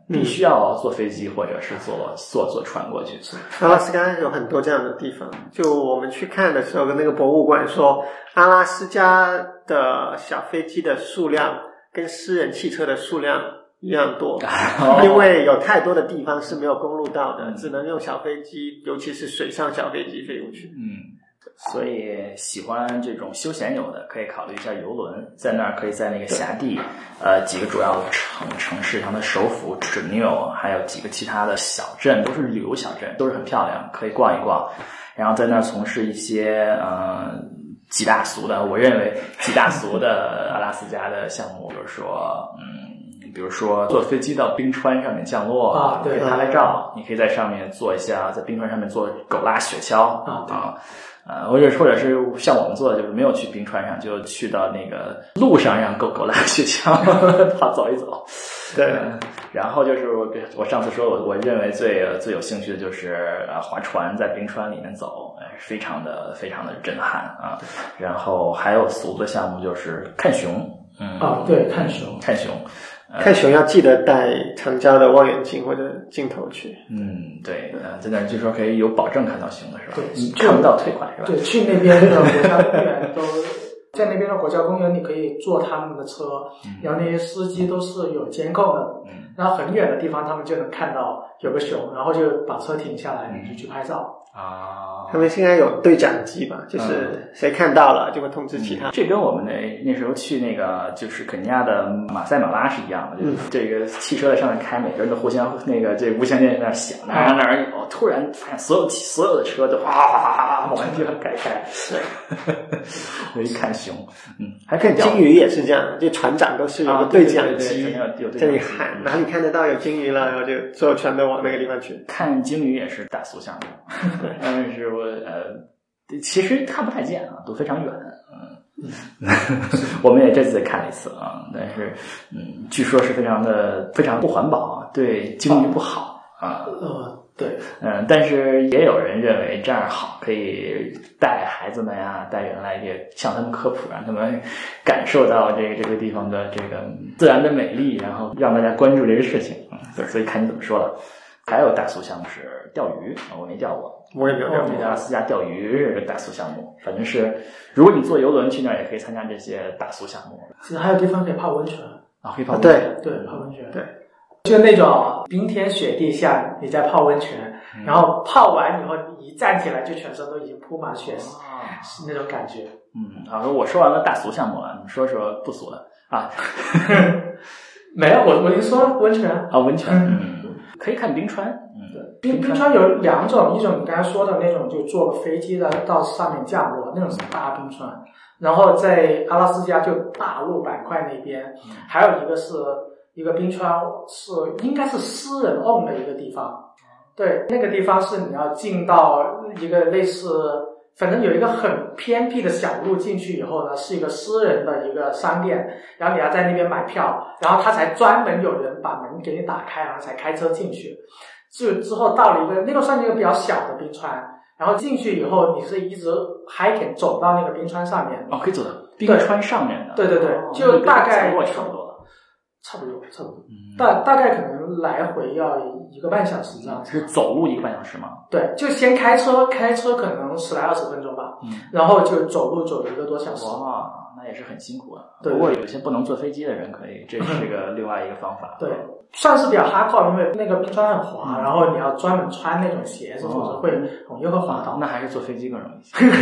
必须要坐飞机或者是坐坐坐船过去。 阿拉斯加有很多这样的地方，就我们去看的时候，跟那个博物馆说，阿拉斯加的小飞机的数量跟私人汽车的数量一样多，因为有太多的地方是没有公路道的，只能用小飞机，尤其是水上小飞机飞过去。 嗯。所以喜欢这种休闲游的可以考虑一下游轮，在那儿可以在那个辖地呃几个主要的城城市，像它首府准纽还有几个其他的小镇，都是旅游小镇，都是很漂亮，可以逛一逛，然后在那儿从事一些呃极大俗的，我认为极大俗的阿拉斯加的项目，比如说嗯比如说坐飞机到冰川上面降落啊，对， 拍拍照，你可以在上面做一下，在冰川上面做狗拉雪橇啊，啊呃，或者或者是像我们做的，就是没有去冰川上，就去到那个路上让狗狗拉雪橇跑走一走。 对、 呃，然后就是我我上次说我我认为最最有兴趣的就是呃划船在冰川里面走，呃、非常的非常的震撼啊。然后还有俗的项目就是看熊，嗯啊，对，看熊， 看熊。 看熊要记得带长焦的望远镜或者镜头去。 嗯，对，呃，在那儿据说可以有保证看到熊的是吧？ 对， 你看不到退款是吧？ 对，去那边的国家公园都在那边的国家公园，你可以坐他们的车，嗯、然后那些司机都是有监控的，嗯、然后很远的地方他们就能看到有个熊，然后就把车停下来，你就去拍照。 啊。 他们现在有对讲机吧，就是谁看到了就会通知其他。 嗯、这跟我们那那时候去那个就是肯尼亚的马赛马拉是一样的，就是这个汽车在上面开，每个人都互相那个这无线电在那响，哪儿哪儿有，突然发现所有所有的车都哗哗哗哗往地方开开。对，我一看熊，嗯，还可以金鱼也是这样，就船长都是有个对讲机这里喊哪里看得到有金鱼了，然后就所有船都往那个地方去。 看金鱼也是大俗项目，对，但是我呃，其实看不太见啊，都非常远，嗯，我们也这次看了一次啊，但是嗯，据说是非常的非常不环保，对鲸鱼不好啊。 呃，对， 嗯，但是也有人认为这样好，可以带孩子们呀，带人来也向他们科普，让他们感受到这个这个地方的这个自然的美丽，然后让大家关注这个事情。嗯，对，所以看你怎么说了。还有大俗项目是钓鱼，我没钓过， 我也没有钓过。 阿拉斯加钓鱼是个大俗项目，反正是如果你坐游轮去那儿，也可以参加这些大俗项目。 其实还有地方可以泡温泉啊，可以泡温泉， 对对，泡温泉， 对， 就那种冰天雪地下你在泡温泉，嗯、然后泡完以后你一站起来就全身都已经铺满雪，啊、是那种感觉。 嗯，好，我说完了大俗项目了，你说说不俗的啊？ 没有，我我已经说了温泉啊，温泉，嗯。可以看冰川，嗯， 对，冰冰川有两种，一种你刚才说的那种，就坐个飞机的到上面降落，那种是大冰川。然后在阿拉斯加就大陆板块那边，嗯、还有一个是一个冰川，是应该是私人 own 的一个地方。对，那个地方是你要进到一个类似。反正有一个很偏僻的小路，进去以后呢，是一个私人的一个商店，然后你要在那边买票，然后他才专门有人把门给你打开，然后才开车进去。就之后到了一个那个算是一个比较小的冰川，然后进去以后，你是一直 hiking 走到那个冰川上面。 哦，可以走到冰川上面的。 对对对， 哦、 就大概差不多了。 差不多，差不多，嗯、大大概可能来回要一个半小时这样子。 是走路一个半小时吗？ 对，就先开车，开车可能十来二十分钟吧，嗯，然后就走路走一个多小时。 哇，那也是很辛苦啊。 对， 不过有些不能坐飞机的人可以，这是个另外一个方法。 对，算是比较哈扣，因为那个冰川很滑，嗯、然后你要专门穿那种鞋子，否则会容易会滑倒。 那还是坐飞机更容易。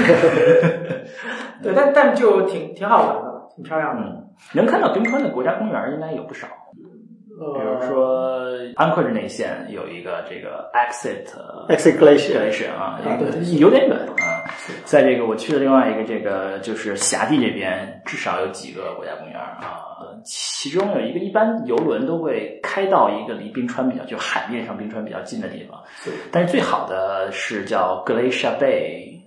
对，但但就挺挺好玩的，挺漂亮的。 嗯，能看到冰川的国家公园应该有不少。比如说安克日内线有一个这个 Exit Exit Glacier 啊，有点远啊。在这个我去的另外一个这个就是辖地这边，至少有几个国家公园啊。其中有一个一般游轮都会开到一个离冰川比较就海面上冰川比较近的地方，但是最好的是叫 Glacier Bay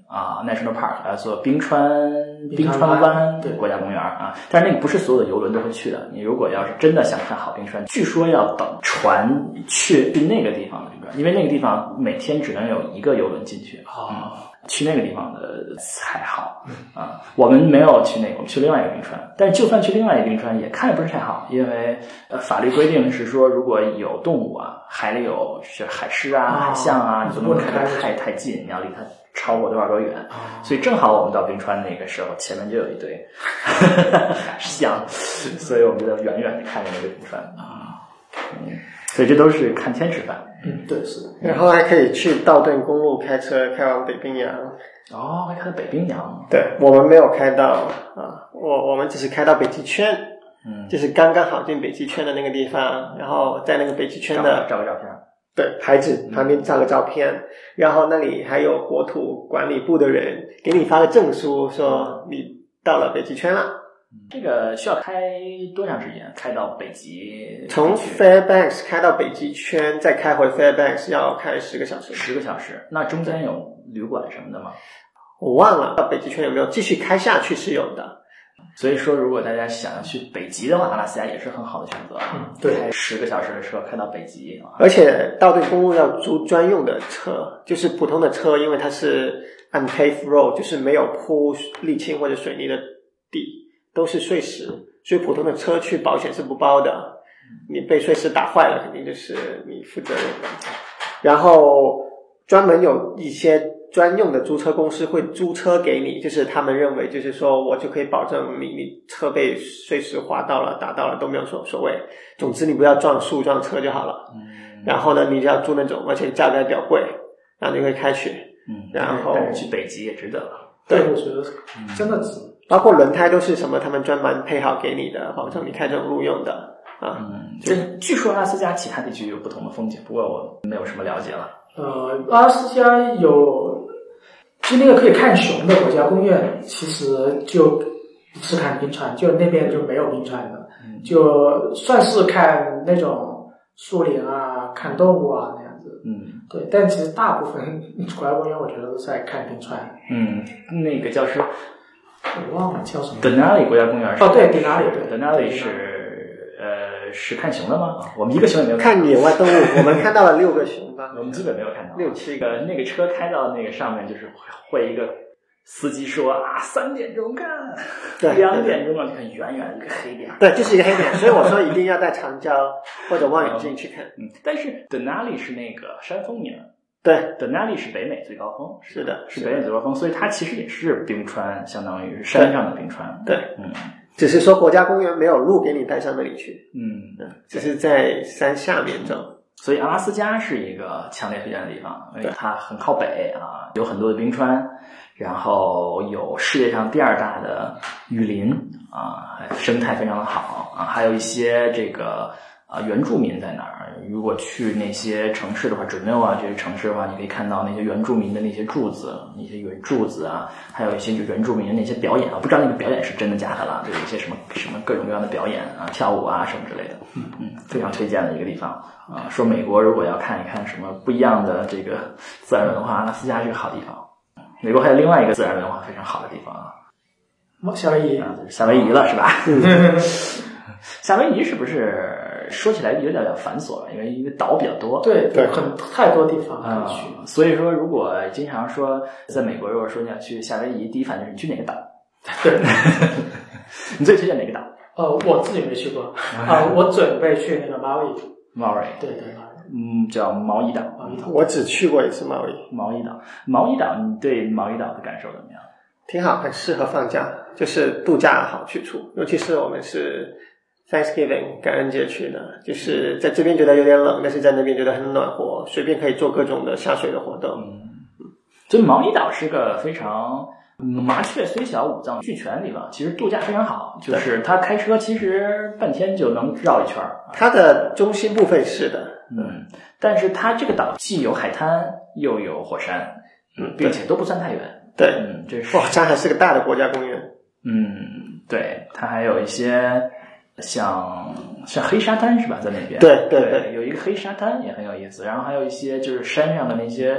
啊 National Park， 叫做冰川冰川湾国家公园啊。但是那个不是所有的游轮都会去的，你如果要是真的想看好冰川，据说要等船去去那个地方的冰川，因为那个地方每天只能有一个游轮进去啊。嗯去那个地方的才好啊！我们没有去那个，我们去另外一个冰川。但是就算去另外一个冰川，也看着不是太好，因为呃法律规定是说，如果有动物啊，海里有是海狮啊、海象啊，你不能开得太太近，你要离它超过多少多远。所以正好我们到冰川那个时候，前面就有一堆海象，所以我们就远远的看着那个冰川啊。嗯，所以这都是看天吃饭。 嗯，对，是的。 然后还可以去道顿公路开车开往北冰洋。 哦，还开到北冰洋？ 对，我们没有开到啊，我我们只是开到北极圈，嗯，就是刚刚好进北极圈的那个地方，然后在那个北极圈的照个照片， 对，牌子旁边照个照片，嗯、然后那里还有国土管理部的人给你发个证书，说你到了北极圈了。 这个需要开多长时间？开到北极？ 从 Fairbanks 开到北极圈，再开回 Fairbanks 要开十个小时。 十个小时，那中间有旅馆什么的吗？ 我忘了，到北极圈有没有继续开下去是有的。 所以说，如果大家想要去北极的话，阿拉斯加也是很好的选择。 嗯，对， 开十个小时的车开到北极， 而且道顿公路要租专用的车，就是普通的车，因为它是 unpaved road， 就是没有铺沥青或者水泥的地。都是碎石，所以普通的车去保险是不包的。你被碎石打坏了，肯定就是你负责任的。然后专门有一些专用的租车公司会租车给你，就是他们认为就是说我就可以保证你你车被碎石划到了、打到了都没有所所谓。总之你不要撞树撞车就好了。嗯。然后呢，你就要租那种，而且价格比较贵，然后你会开去。 嗯。 然后但是去北极也值得了。 对，我觉得真的值。 包括轮胎都是什么他们专门配好给你的，保证你开这种路用的啊。 嗯，就据说阿拉斯加其他地区有不同的风景，不过我没有什么了解了。 呃，阿拉斯加有就那个可以看熊的国家公园，其实就不是看冰川，就那边就没有冰川的，嗯、就算是看那种树林啊、看动物啊那样子。嗯，对，但其实大部分国家公园我觉得都是在看冰川。 嗯，那个叫是。 我忘了叫什么。 Denali 国家公园是哦，对 ，Denali 对 ，Denali 是呃是看熊的吗？我们一个熊也没有看。看野外动物，我们看到了六个熊吧。 我们基本没有看到。 六七个。 那个车开到那个上面，就是会一个司机说啊，三点钟看， 对， 两点钟了，你看远远一个黑点。 对，就是一个黑点，所以我说一定要带长焦或者望远镜去看。 嗯，但是 Denali 是那个山峰名。 对 ，Denali 是北美最高峰， 是的， 是北美最高峰，所以它其实也是冰川，相当于是山上的冰川。 对，嗯，只是说国家公园没有路给你带上那里去， 嗯， 只是在山下面走。 所以阿拉斯加是一个强烈推荐的地方，因为它很靠北啊，有很多的冰川，然后有世界上第二大的雨林啊，生态非常的好啊，还有一些这个。啊，原住民在哪儿？如果去那些城市的话 Juneau 啊这些城市的话，你可以看到那些原住民的那些柱子，那些原柱子啊，还有一些原住民的那些表演啊，不知道那个表演是真的假的了，就有一些什么什么各种各样的表演啊，跳舞啊什么之类的，嗯嗯，非常推荐的一个地方啊。说美国如果要看一看什么不一样的这个自然文化，阿拉斯加是个好地方。美国还有另外一个自然文化非常好的地方啊， 夏威夷啊，夏威夷了是吧？夏威夷是不是说起来有点点繁琐了？因为一个岛比较多， 对对，很太多地方可以去、 嗯。所以说，如果经常说在美国，如果说你要去夏威夷，第一反应是你去哪个岛？ 对， 你最推荐哪个岛？ 呃，我自己没去过啊、呃，我准备去那个毛伊。 毛伊， 对对， 嗯，叫毛伊岛。毛伊岛， 我只去过一次毛伊。 毛伊岛，毛伊岛，你对毛伊岛的感受怎么样？ 挺好，很适合放假，就是度假好去处，尤其是我们是。Thanksgiving 感恩节去的，就是在这边觉得有点冷，但是在那边觉得很暖和，随便可以做各种的下水的活动。 嗯，所以毛伊岛是个非常麻雀虽小五脏俱全的地方，其实度假非常好，就是它开车其实半天就能绕一圈。 它的中心部分是的， 嗯，但是它这个岛既有海滩又有火山，嗯，并且都不算太远。 对， 嗯，这是哇，它还是个大的国家公园。 嗯，对，它还有一些。像像黑沙滩是吧，在那边对对对，有一个黑沙滩也很有意思，然后还有一些就是山上的那些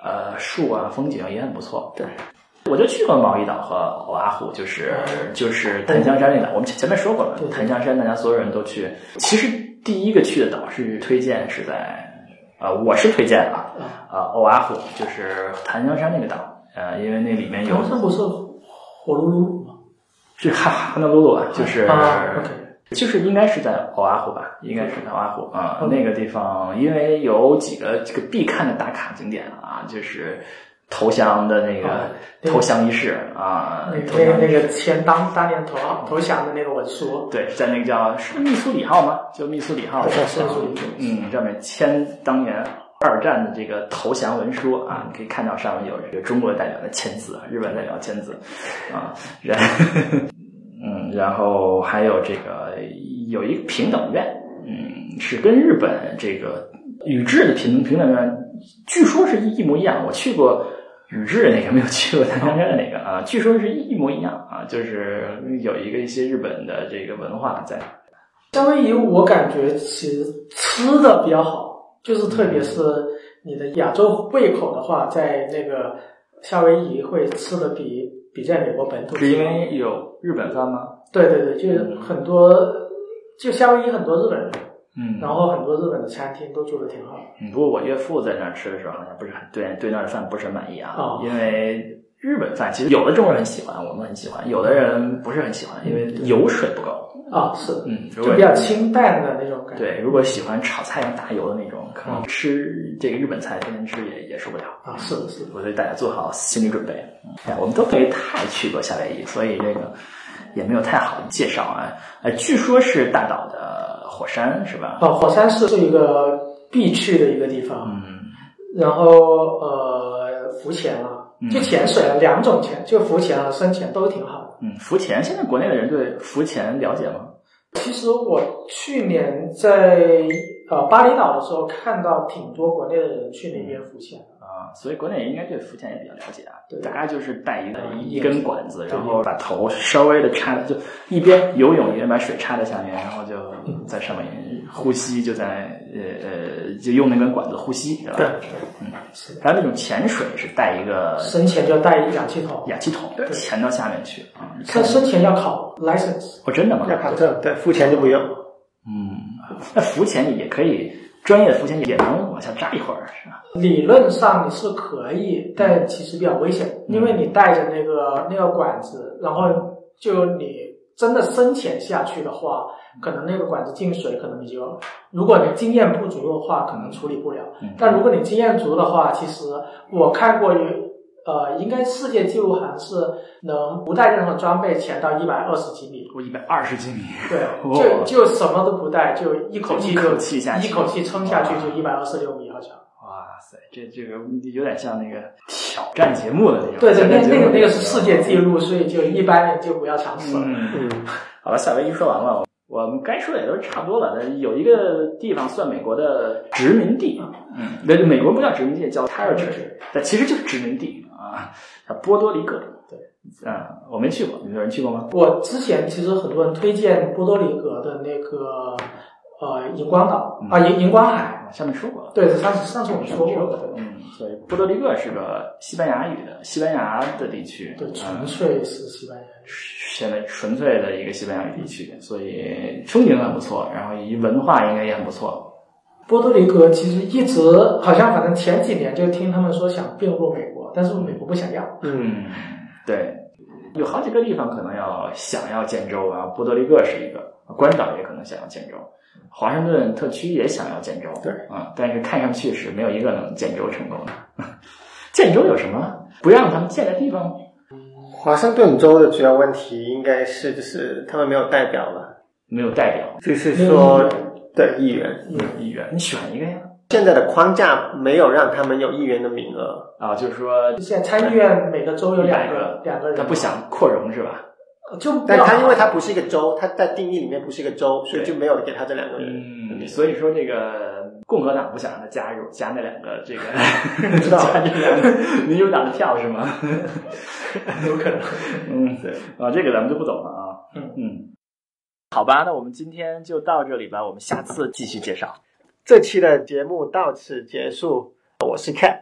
呃，树啊，风景也很不错。 对， 我就去过毛伊岛和欧阿湖，就是就是檀香山那岛。我们前面说过了，檀香山大家所有人都去。其实第一个去的岛是推荐是在呃，我是推荐啊，呃，欧阿湖就是檀香山那个岛，呃，因为那里面有。 檀香山不是火炉炉吗？ 是哈哈纳鲁鲁啊，就是。 啊 OK。 就是应该是在欧阿湖吧，应该是在欧阿湖啊、嗯。那个地方因为有几个这个必看的打卡景点啊，就是投降的那个、哦、投降仪式啊， 那个那个签当当年投投降的那个文书， 对，在那个叫是密苏里号吗？就密苏里号， 是密苏里， 嗯，上面签当年二战的这个投降文书啊，你可以看到上面有这个中国代表的签字，日本代表签字啊，然。嗯，然后还有这个有一个平等院，嗯，是跟日本这个宇治的平平等院，据说是一模一样。我去过宇治的那个，没有去过檀香山的那个啊，据说是一模一样啊，就是有一个一些日本的这个文化在。 夏威夷我感觉其实吃的比较好，就是特别是你的亚洲胃口的话，在那个夏威夷会吃的比。比在美国本土， 是因为有日本饭吗？ 对对对，就是很多，嗯、就夏威夷很多日本人， 嗯， 然后很多日本的餐厅都做的挺好。 嗯，不过我岳父在那儿吃的时候，好像不是很对对那儿的饭不是很满意啊， 哦、 因为日本饭其实有的中国人很喜欢，我们很喜欢，有的人不是很喜欢，因为油水不够。 啊、哦，是， 嗯， 就比较清淡的那种感觉。 对，如果喜欢炒菜用大油的那种，可能吃这个日本菜天天吃也也受不了啊。是的，是的， 我对大家做好心理准备。嗯，我们都没太去过夏威夷，所以这个也没有太好的介绍啊。呃，据说是大岛的火山是吧？ 哦，火山是是一个必去的一个地方。 嗯， 然后呃，浮潜啊，就潜水啊，两种潜，就浮潜和深潜都挺好的。 嗯，浮潜现在国内的人对浮潜了解吗？ 其实我去年在呃巴厘岛的时候，看到挺多国内的人去那边浮潜啊，所以国内应该对浮潜也比较了解啊。 对， 大家就是带一个一根管子，然后把头稍微的插的，就一边游泳一边把水插在下面，然后就在上面呼吸，就在呃呃就用那根管子呼吸，对吧？ 对， 嗯，是。还有那种潜水是带一个深潜就要带氧气筒， 氧气筒对潜到下面去啊。 深深潜要考 license， 哦，真的吗？ 要考证，对，浮潜就不用。 嗯，那浮潜也可以。专业的浮潜也能往下扎一会儿，是吧？ 理论上你是可以，但其实比较危险，嗯、因为你带着那个那个管子，然后就你真的深潜下去的话，可能那个管子进水，可能你就，如果你经验不足的话，可能处理不了。 嗯、 但如果你经验足的话，其实我看过呃，应该世界纪录好像是能不带任何装备潜到一百二十几米。 我一百二十几米。 对，就就什么都不带，就一口气就一口气下去， 一口气撑下去就一百二十六米，好像。 哇塞，这这个有点像那个挑战节目的那种。 对对，那那个那个是世界纪录，所以就一般人就不要尝试了。 嗯，好了，夏威夷说完了。我们该说的也都差不多了。有一个地方算美国的殖民地，嗯，那美国不叫殖民地，叫 territory， 但其实就是殖民地啊，叫波多黎各。 对， 啊，我没去过，有人去过吗？ 我之前其实很多人推荐波多黎各的那个呃荧光岛、嗯、啊，荧荧光海， 下面说过了。 对，上次上次我们说过的。嗯，所以波多黎各是个西班牙语的西班牙的地区， 对，纯粹是西班牙语。 现在纯粹的一个西班牙语地区，所以风景很不错，然后以文化应该也很不错。 波多黎各其实一直好像反正前几年就听他们说想并入美国，但是美国不想要。 嗯，对，有好几个地方可能要想要建州啊，波多黎各是一个，关岛也可能想要建州，华盛顿特区也想要建州， 对啊，但是看上去是没有一个能建州成功的。建州有什么不让他们建的地方？ 华盛顿州的主要问题应该是就是他们没有代表了， 没有代表， 就是说对议员， 嗯，议员，你选一个呀。 现在的框架没有让他们有议员的名额啊，就是说现在参议院每个州有两个两个人， 他不想扩容是吧？ 就但他因为他不是一个州，他在定义里面不是一个州，所以就没有给他这两个人。 嗯，所以说这个共和党不想让他加入加那两个这个知道加这两个民主党的票是吗？ 有可能。 嗯，对啊，这个咱们就不懂了啊。嗯嗯，好吧，那我们今天就到这里吧，我们下次继续介绍。 这期的节目到此结束，我是 Cat，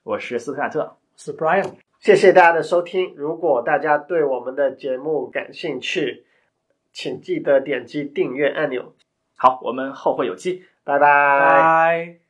我是斯图亚特， 是 Brian。 谢谢大家的收听，如果大家对我们的节目感兴趣，请记得点击订阅按钮。 好，我们后会有期， 拜拜。 拜。